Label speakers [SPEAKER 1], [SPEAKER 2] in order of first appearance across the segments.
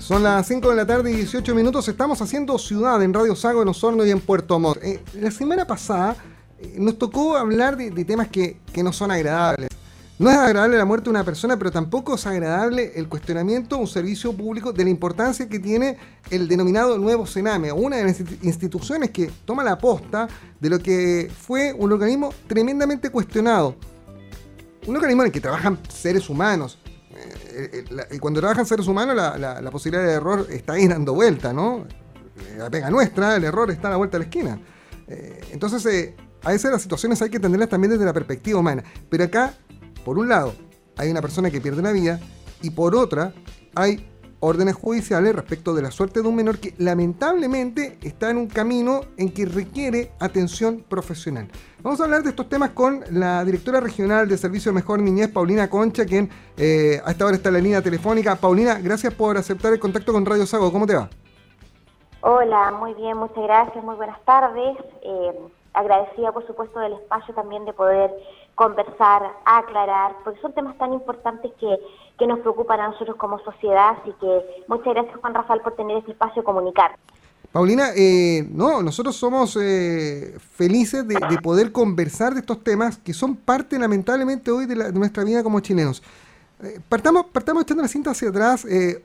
[SPEAKER 1] Son las 5 de la tarde y 18 minutos. Estamos haciendo ciudad en Radio Sago, en Osorno y en Puerto Montt. La semana pasada nos tocó hablar de temas que no son agradables. No es agradable la muerte de una persona, pero tampoco es agradable el cuestionamiento a un servicio público de la importancia que tiene el denominado nuevo Sename, una de las instituciones que toma la posta de lo que fue un organismo tremendamente cuestionado. Un organismo en el que trabajan seres humanos. Y cuando trabajan seres humanos, la posibilidad de error está ahí dando vuelta, ¿no? La pega nuestra, el error está a la vuelta de la esquina. Entonces, a veces las situaciones hay que entenderlas también desde la perspectiva humana. Pero acá, por un lado, hay una persona que pierde una vida y por otra, hay órdenes judiciales respecto de la suerte de un menor que lamentablemente está en un camino en que requiere atención profesional. Vamos a hablar de estos temas con la directora regional de Servicio Mejor Niñez, Paulina Concha, quien a esta hora está en la línea telefónica. Paulina, gracias por aceptar el contacto con Radio Sago. ¿Cómo te va?
[SPEAKER 2] Hola, muy bien, muchas gracias, muy buenas tardes. Agradecida, por supuesto, del espacio también de poder conversar, aclarar, porque son temas tan importantes que nos preocupan a nosotros como sociedad, así que muchas gracias, Juan Rafael, por tener este espacio a comunicar.
[SPEAKER 1] Paulina, nosotros somos felices de poder conversar de estos temas que son parte, lamentablemente, hoy de nuestra vida como chilenos. Partamos echando la cinta hacia atrás.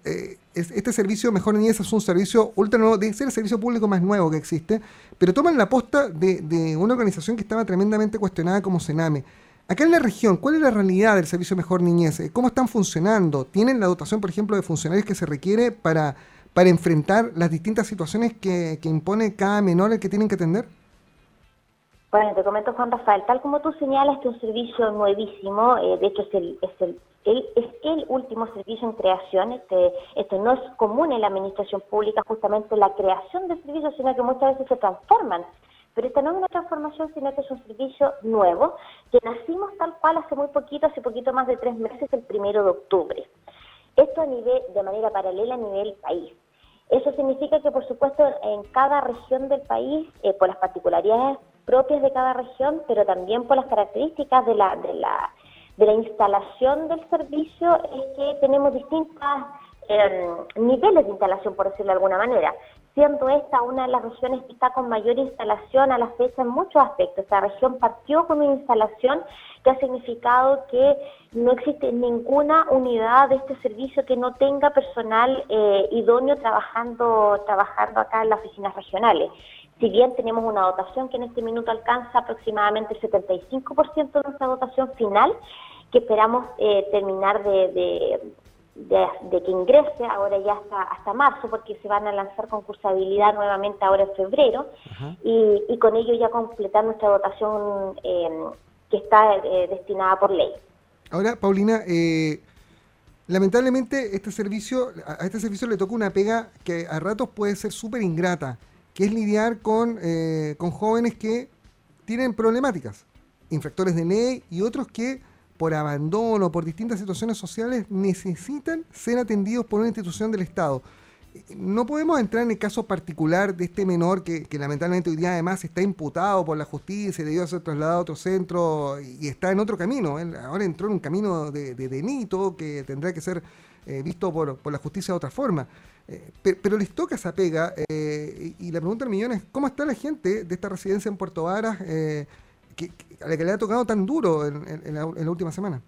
[SPEAKER 1] Este servicio Mejor Niñez es un servicio ultra nuevo, debe ser el servicio público más nuevo que existe, pero toman la posta de una organización que estaba tremendamente cuestionada como Sename. Acá en la región, ¿cuál es la realidad del servicio Mejor Niñez? ¿Cómo están funcionando? ¿Tienen la dotación, por ejemplo, de funcionarios que se requiere para enfrentar las distintas situaciones que impone cada menor al que tienen que atender?
[SPEAKER 2] Bueno, te comento, Juan Rafael, tal como tú señalas, este es un servicio nuevísimo, de hecho es el último servicio en creación. Esto no es común en la administración pública, justamente la creación de servicios, sino que muchas veces se transforman. Pero esta no es una transformación, sino que es un servicio nuevo, que nacimos tal cual hace poquito más de 3 meses, el 1 de octubre. Esto de manera paralela a nivel país. Eso significa que, por supuesto, en cada región del país, por las particularidades propias de cada región, pero también por las características de la instalación del servicio, es que tenemos distintos niveles de instalación, por decirlo de alguna manera, siendo esta una de las regiones que está con mayor instalación a la fecha en muchos aspectos. Esta región partió con una instalación que ha significado que no existe ninguna unidad de este servicio que no tenga personal idóneo trabajando acá en las oficinas regionales. Si bien tenemos una dotación que en este minuto alcanza aproximadamente el 75% de nuestra dotación final, que esperamos terminar de que ingrese ahora ya hasta marzo, porque se van a lanzar concursabilidad nuevamente ahora en febrero, y con ello ya completar nuestra dotación que está destinada por ley.
[SPEAKER 1] Ahora, Paulina, lamentablemente a este servicio le toca una pega que a ratos puede ser súper ingrata, que es lidiar con jóvenes que tienen problemáticas, infractores de ley y otros que por abandono, por distintas situaciones sociales, necesitan ser atendidos por una institución del Estado. No podemos entrar en el caso particular de este menor que lamentablemente hoy día además está imputado por la justicia, debió ser trasladado a otro centro y está en otro camino. Él ahora entró en un camino de delito que tendrá que ser visto por la justicia de otra forma. Pero les toca esa pega y la pregunta del millón es ¿cómo está la gente de esta residencia en Puerto Varas a la que le ha tocado tan duro en la última semana?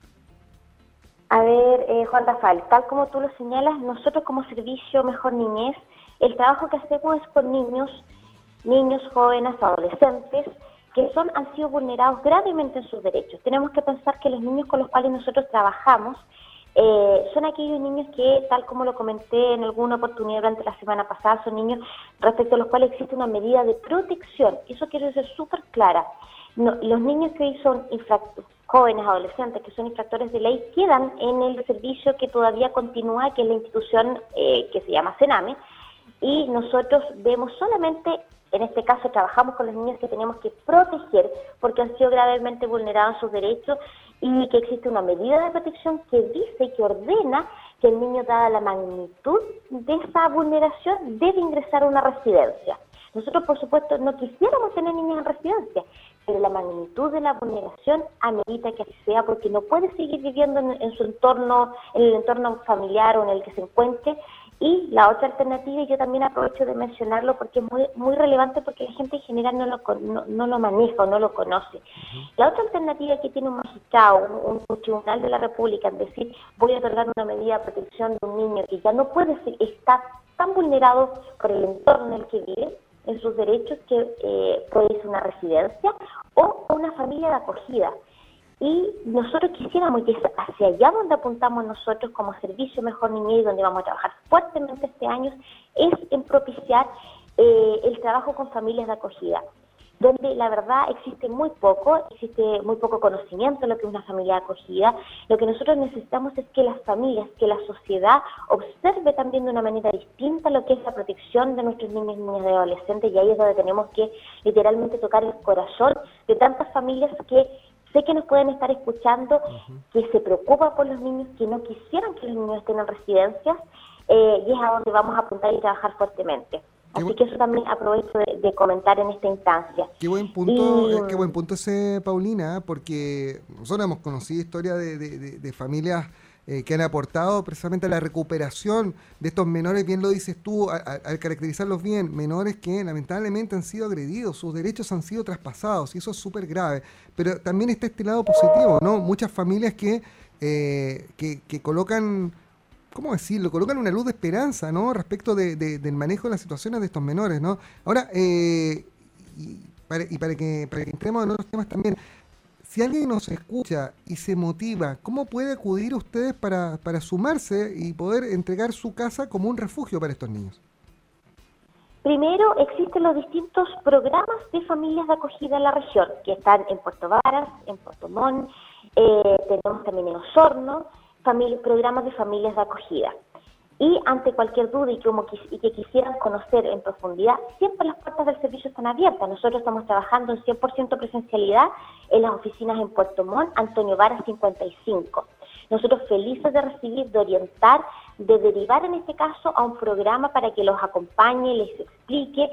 [SPEAKER 2] A ver, Juan Rafael, tal como tú lo señalas, nosotros como Servicio Mejor Niñez, el trabajo que hacemos es con niños, jóvenes, adolescentes, que han sido vulnerados gravemente en sus derechos. Tenemos que pensar que los niños con los cuales nosotros trabajamos son aquellos niños que, tal como lo comenté en alguna oportunidad durante la semana pasada, son niños respecto a los cuales existe una medida de protección. Eso quiero ser súper clara. No, los niños que hoy son jóvenes, adolescentes, que son infractores de ley, quedan en el servicio que todavía continúa, que es la institución que se llama Sename, y nosotros vemos solamente, en este caso trabajamos con los niños que tenemos que proteger porque han sido gravemente vulnerados sus derechos y que existe una medida de protección que dice y que ordena que el niño, dada la magnitud de esa vulneración, debe ingresar a una residencia. Nosotros, por supuesto, no quisiéramos tener niños en residencia, pero la magnitud de la vulneración amerita que así sea, porque no puede seguir viviendo en su entorno, en el entorno familiar o en el que se encuentre, Y la otra alternativa, y yo también aprovecho de mencionarlo porque es muy relevante, porque la gente en general no lo maneja o no lo conoce. La otra alternativa que tiene un magistrado, un tribunal de la República, es decir, voy a otorgar una medida de protección de un niño que ya no puede ser, está tan vulnerado por el entorno en el que vive, en sus derechos, que puede ser una residencia o una familia de acogida. Y nosotros quisiéramos, que hacia allá donde apuntamos nosotros como Servicio Mejor Niñez, y donde vamos a trabajar fuertemente este año, es en propiciar el trabajo con familias de acogida, donde la verdad existe muy poco conocimiento de lo que es una familia de acogida. Lo que nosotros necesitamos es que las familias, que la sociedad observe también de una manera distinta lo que es la protección de nuestros niños, niñas y adolescentes, y ahí es donde tenemos que literalmente tocar el corazón de tantas familias que sé que nos pueden estar escuchando, que se preocupan por los niños, que no quisieran que los niños estén en residencias, y es a donde vamos a apuntar y trabajar fuertemente. Así que eso también aprovecho de comentar en esta instancia.
[SPEAKER 1] Qué buen punto ese, Paulina, porque nosotros hemos conocido historias de familias que han aportado precisamente a la recuperación de estos menores, bien lo dices tú, al caracterizarlos bien, menores que lamentablemente han sido agredidos, sus derechos han sido traspasados, y eso es súper grave. Pero también está este lado positivo, ¿no? Muchas familias que colocan, ¿cómo decirlo? Colocan una luz de esperanza, ¿no? Respecto del manejo de las situaciones de estos menores, ¿no? Ahora, para que entremos en otros temas también, si alguien nos escucha y se motiva, ¿cómo puede acudir ustedes para sumarse y poder entregar su casa como un refugio para estos niños?
[SPEAKER 2] Primero, existen los distintos programas de familias de acogida en la región, que están en Puerto Varas, en Puerto Montt, tenemos también en Osorno, programas de familias de acogida. Y ante cualquier duda y que quisieran conocer en profundidad, siempre las puertas del servicio están abiertas. Nosotros estamos trabajando en 100% presencialidad en las oficinas en Puerto Montt, Antonio Varas 55. Nosotros felices de recibir, de orientar, de derivar en este caso a un programa para que los acompañe, les explique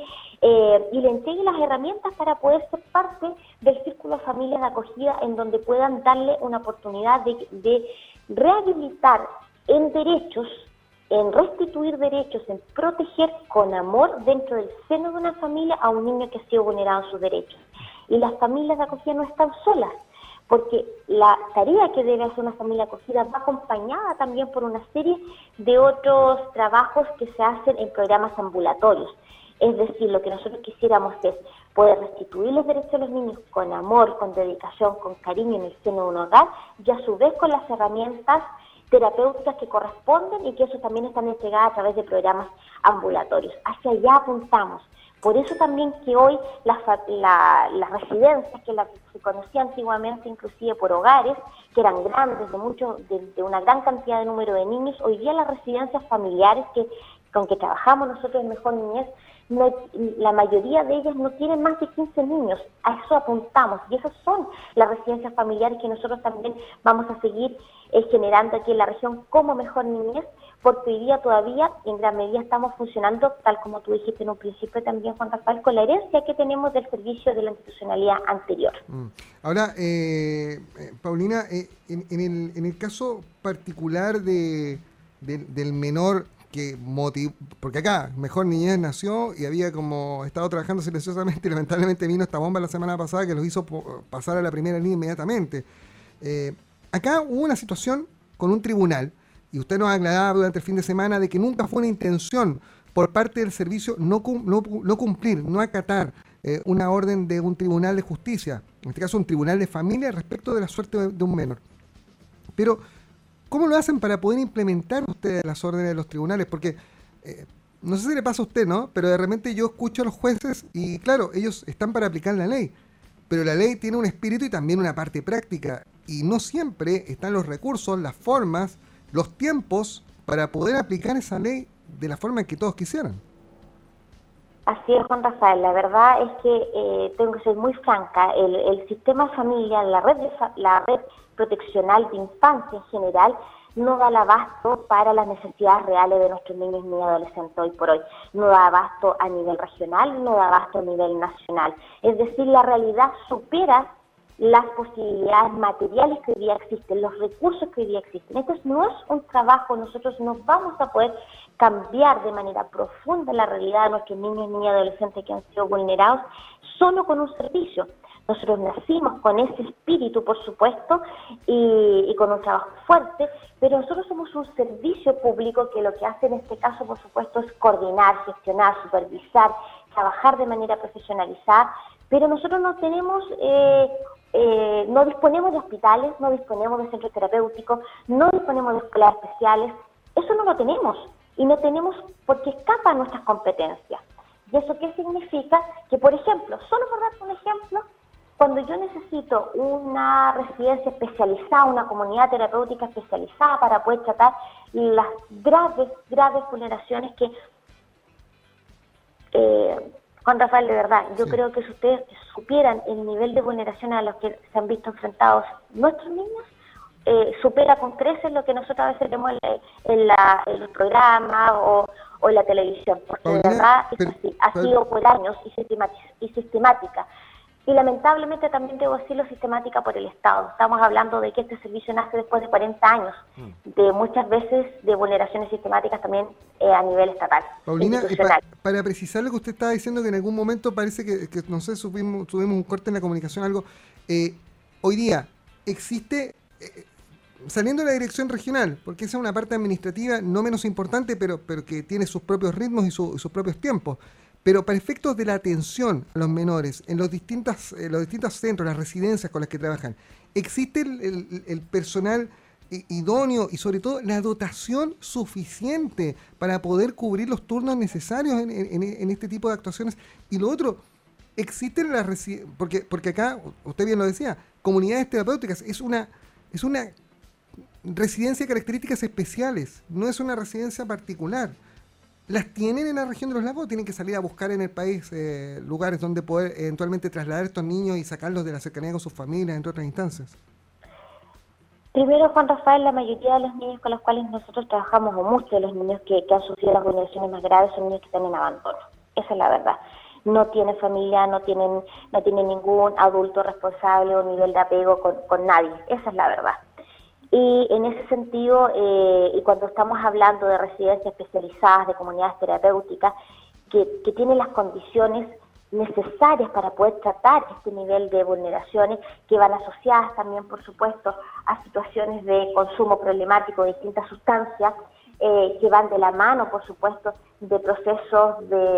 [SPEAKER 2] y le entregue las herramientas para poder ser parte del círculo de familias de acogida, en donde puedan darle una oportunidad de rehabilitar en derechos, en restituir derechos, en proteger con amor dentro del seno de una familia a un niño que ha sido vulnerado en sus derechos. Y las familias de acogida no están solas, porque la tarea que debe hacer una familia de acogida va acompañada también por una serie de otros trabajos que se hacen en programas ambulatorios. Es decir, lo que nosotros quisiéramos es poder restituir los derechos de los niños con amor, con dedicación, con cariño en el seno de un hogar, y a su vez con las herramientas terapéuticas que corresponden, y que eso también están entregadas a través de programas ambulatorios. Hacia allá apuntamos. Por eso también que hoy las residencias, que se conocía antiguamente inclusive por hogares, que eran grandes, de una gran cantidad de número de niños, hoy día las residencias familiares con que trabajamos nosotros en Mejor Niñez, la mayoría de ellas no tienen más de 15 niños. A eso apuntamos, y esas son las residencias familiares que nosotros también vamos a seguir generando aquí en la región como Mejor Niñez, porque hoy día todavía en gran medida estamos funcionando, tal como tú dijiste en un principio también, Juan Rafael, con la herencia que tenemos del servicio de la institucionalidad anterior.
[SPEAKER 1] Ahora, Paulina, en el caso particular del menor que motivó, porque acá Mejor Niñez nació y había como estado trabajando silenciosamente, y lamentablemente vino esta bomba la semana pasada que los hizo pasar a la primera línea inmediatamente. Acá hubo una situación con un tribunal, y usted nos aclaraba durante el fin de semana de que nunca fue una intención por parte del servicio no cumplir, no acatar una orden de un tribunal de justicia, en este caso un tribunal de familia, respecto de la suerte de un menor. Pero ¿cómo lo hacen para poder implementar ustedes las órdenes de los tribunales? Porque no sé si le pasa a usted, ¿no? Pero de repente yo escucho a los jueces y claro, ellos están para aplicar la ley, pero la ley tiene un espíritu y también una parte práctica, y no siempre están los recursos, las formas, los tiempos para poder aplicar esa ley de la forma en que todos quisieran.
[SPEAKER 2] Así es, Juan Rafael. La verdad es que tengo que ser muy franca. El sistema familiar, la red proteccional de infancia en general, no da el abasto para las necesidades reales de nuestros niños y adolescentes hoy por hoy. No da abasto a nivel regional, no da abasto a nivel nacional. Es decir, la realidad supera las posibilidades materiales que hoy día existen, los recursos que hoy día existen. Esto no es un trabajo, nosotros no vamos a poder cambiar de manera profunda la realidad de nuestros niños, niñas y adolescentes que han sido vulnerados solo con un servicio. Nosotros nacimos con ese espíritu, por supuesto, y con un trabajo fuerte, pero nosotros somos un servicio público que lo que hace en este caso, por supuesto, es coordinar, gestionar, supervisar, trabajar de manera profesionalizada, pero nosotros no tenemos, no disponemos de hospitales, no disponemos de centros terapéuticos, no disponemos de escuelas especiales, eso no lo tenemos, y no tenemos porque escapa a nuestras competencias. ¿Y eso qué significa? Que, por ejemplo, solo por dar un ejemplo, cuando yo necesito una residencia especializada, una comunidad terapéutica especializada para poder tratar las graves vulneraciones que, Juan Rafael, de verdad, yo creo que si ustedes supieran el nivel de vulneración a los que se han visto enfrentados nuestros niños, supera con creces lo que nosotros a veces vemos en los programas o en la televisión, porque
[SPEAKER 1] Paulina,
[SPEAKER 2] de verdad es así, ha sido por años y sistemática. Y lamentablemente también debo decirlo, sistemática por el Estado. Estamos hablando de que este servicio nace después de 40 años, de muchas veces de vulneraciones sistemáticas también a nivel estatal.
[SPEAKER 1] Paulina, para precisar lo que usted estaba diciendo, que en algún momento parece que no sé, tuvimos un corte en la comunicación, algo. Hoy día existe, saliendo de la dirección regional, porque esa es una parte administrativa no menos importante, pero que tiene sus propios ritmos y sus propios tiempos. Pero para efectos de la atención a los menores en los distintos centros, las residencias con las que trabajan, ¿existe el personal idóneo y sobre todo la dotación suficiente para poder cubrir los turnos necesarios en este tipo de actuaciones? Y lo otro, ¿existen las residencias? Porque acá, usted bien lo decía, comunidades terapéuticas es una residencia de características especiales, no es una residencia particular. ¿Las tienen en la región de los lagos o tienen que salir a buscar en el país lugares donde poder eventualmente trasladar a estos niños y sacarlos de la cercanía con sus familias, entre otras instancias?
[SPEAKER 2] Primero, Juan Rafael, la mayoría de los niños con los cuales nosotros trabajamos, o muchos de los niños que han sufrido las vulneraciones más graves, son niños que están en abandono. Esa es la verdad. No tienen familia, no tienen ningún adulto responsable o nivel de apego con nadie. Esa es la verdad. Y en ese sentido, y cuando estamos hablando de residencias especializadas, de comunidades terapéuticas, que tienen las condiciones necesarias para poder tratar este nivel de vulneraciones, que van asociadas también, por supuesto, a situaciones de consumo problemático de distintas sustancias, que van de la mano, por supuesto, de procesos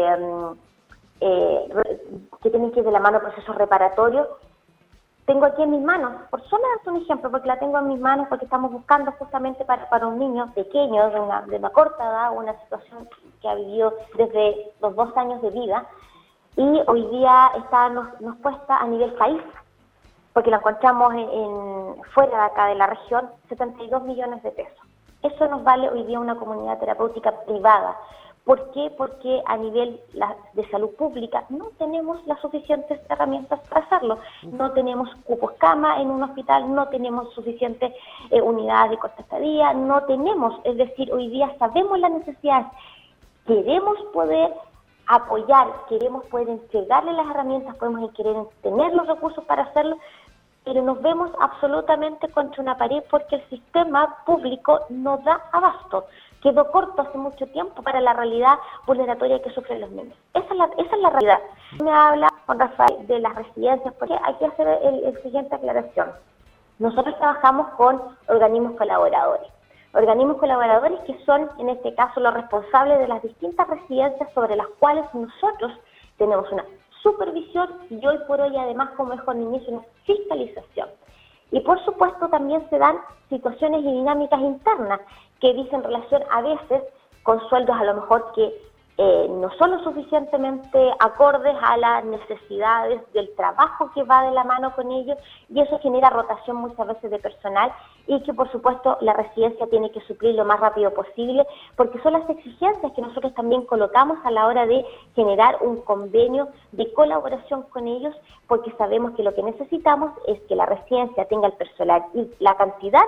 [SPEAKER 2] que tienen que ir de la mano procesos reparatorios. Tengo aquí en mis manos, por solo darte un ejemplo, porque la tengo en mis manos, porque estamos buscando justamente para un niño pequeño, de una corta edad, una situación que ha vivido desde los 2 años de vida, y hoy día nos cuesta a nivel país, porque la encontramos fuera de acá de la región, 72 millones de pesos. Eso nos vale hoy día una comunidad terapéutica privada. ¿Por qué? Porque a nivel de salud pública no tenemos las suficientes herramientas para hacerlo. No tenemos cupos cama en un hospital, no tenemos suficientes unidades de corta estadía, no tenemos, es decir, hoy día sabemos las necesidades, queremos poder apoyar, queremos poder entregarle las herramientas, podemos querer tener los recursos para hacerlo, pero nos vemos absolutamente contra una pared porque el sistema público no da abasto. Quedó corto hace mucho tiempo para la realidad vulneratoria que sufren los niños. Esa es la realidad. Me habla, Juan Rafael, de las residencias, porque hay que hacer el siguiente aclaración. Nosotros trabajamos con organismos colaboradores. Organismos colaboradores que son, en este caso, los responsables de las distintas residencias sobre las cuales nosotros tenemos una supervisión y hoy por hoy, además, como mejor niñez, una fiscalización. Y por supuesto también se dan situaciones y dinámicas internas que dicen relación a veces con sueldos a lo mejor que no son lo suficientemente acordes a las necesidades del trabajo que va de la mano con ellos, y eso genera rotación muchas veces de personal y que por supuesto la residencia tiene que suplir lo más rápido posible, porque son las exigencias que nosotros también colocamos a la hora de generar un convenio de colaboración con ellos, porque sabemos que lo que necesitamos es que la residencia tenga el personal y la cantidad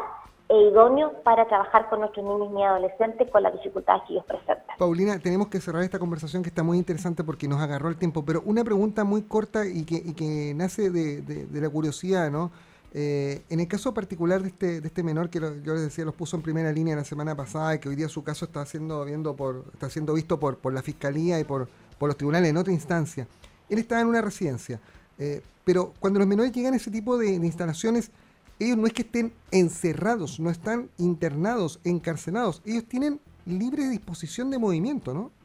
[SPEAKER 2] idóneo para trabajar con nuestros niños y adolescentes con las dificultades que ellos presentan.
[SPEAKER 1] Paulina, tenemos que cerrar esta conversación que está muy interesante porque nos agarró el tiempo, pero una pregunta muy corta y que nace de la curiosidad, ¿no? En el caso particular de este menor que yo les decía, los puso en primera línea la semana pasada y que hoy día su caso está siendo visto por la Fiscalía y por los tribunales en otra instancia. Él estaba en una residencia, pero cuando los menores llegan a ese tipo de instalaciones, ellos no es que estén encerrados, no están internados, encarcelados, ellos tienen libre disposición de movimiento, ¿no?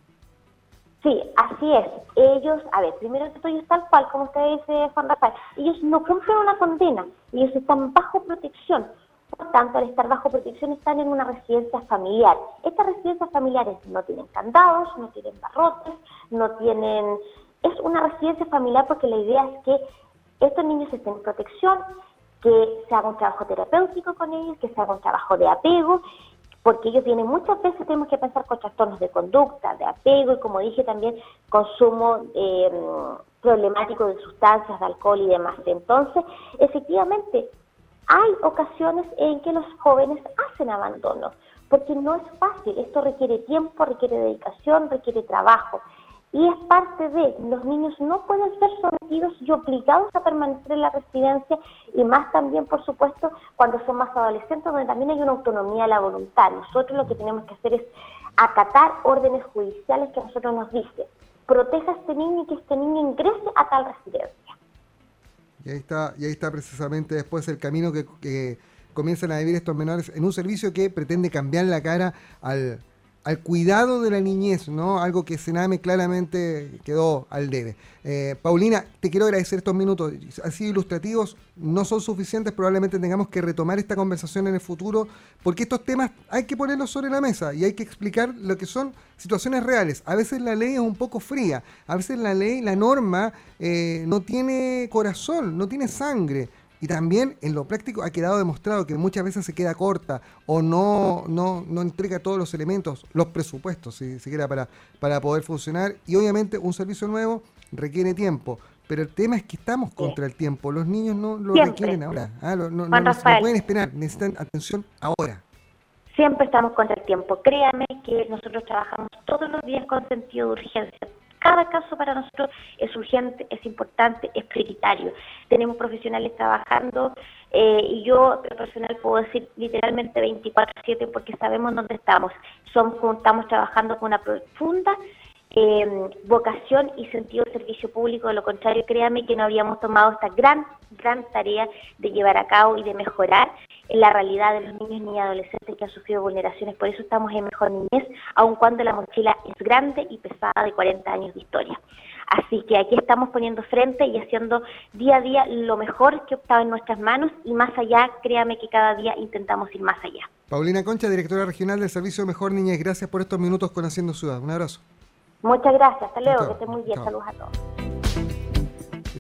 [SPEAKER 2] Sí, así es. Ellos, a ver, primero que todo, ellos tal cual, como usted dice, Juan Rafael, ellos no cumplen una condena, ellos están bajo protección. Por tanto, al estar bajo protección están en una residencia familiar. Estas residencias familiares no tienen candados, no tienen barrotes, no tienen... Es una residencia familiar porque la idea es que estos niños estén en protección, que se haga un trabajo terapéutico con ellos, que se haga un trabajo de apego, porque ellos vienen muchas veces, tenemos que pensar con trastornos de conducta, de apego y como dije también consumo problemático de sustancias, de alcohol y demás. Entonces, efectivamente, hay ocasiones en que los jóvenes hacen abandono, porque no es fácil, esto requiere tiempo, requiere dedicación, requiere trabajo. Y es parte de, los niños no pueden ser sometidos y obligados a permanecer en la residencia, y más también, por supuesto, cuando son más adolescentes, donde también hay una autonomía de la voluntad. Nosotros lo que tenemos que hacer es acatar órdenes judiciales que a nosotros nos dicen, proteja a este niño y que este niño ingrese a tal residencia.
[SPEAKER 1] Y ahí está precisamente después el camino que comienzan a vivir estos menores en un servicio que pretende cambiar la cara al cuidado de la niñez, ¿no? Algo que Sename claramente quedó al debe. Paulina, te quiero agradecer estos minutos. Así ilustrativos no son suficientes, probablemente tengamos que retomar esta conversación en el futuro, porque estos temas hay que ponerlos sobre la mesa y hay que explicar lo que son situaciones reales. A veces la ley es un poco fría, a veces la ley, la norma, no tiene corazón, no tiene sangre. Y también en lo práctico ha quedado demostrado que muchas veces se queda corta o no entrega todos los elementos, los presupuestos, si siquiera para poder funcionar. Y obviamente un servicio nuevo requiere tiempo, pero el tema es que estamos contra el tiempo. Los niños no lo requieren ahora, no pueden esperar, necesitan atención ahora.
[SPEAKER 2] Siempre estamos contra el tiempo. Créame que nosotros trabajamos todos los días con sentido de urgencia. Cada caso para nosotros es urgente, es importante, es prioritario. Tenemos profesionales trabajando y yo, personal, puedo decir literalmente 24/7 porque sabemos dónde estamos. Estamos trabajando con una profunda vocación y sentido de servicio público. De lo contrario, créame que no habríamos tomado esta gran tarea de llevar a cabo y de mejorar la realidad de los niños y adolescentes que han sufrido vulneraciones. Por eso estamos en Mejor Niñez, aun cuando la mochila es grande y pesada de 40 años de historia. Así que aquí estamos poniendo frente y haciendo día a día lo mejor que estaba en nuestras manos y más allá, créame que cada día intentamos ir más allá.
[SPEAKER 1] Paulina Concha, directora regional del Servicio Mejor Niñez, gracias por estos minutos con Haciendo Ciudad. Un abrazo.
[SPEAKER 2] Muchas gracias, hasta luego, que esté muy bien, saludos a todos.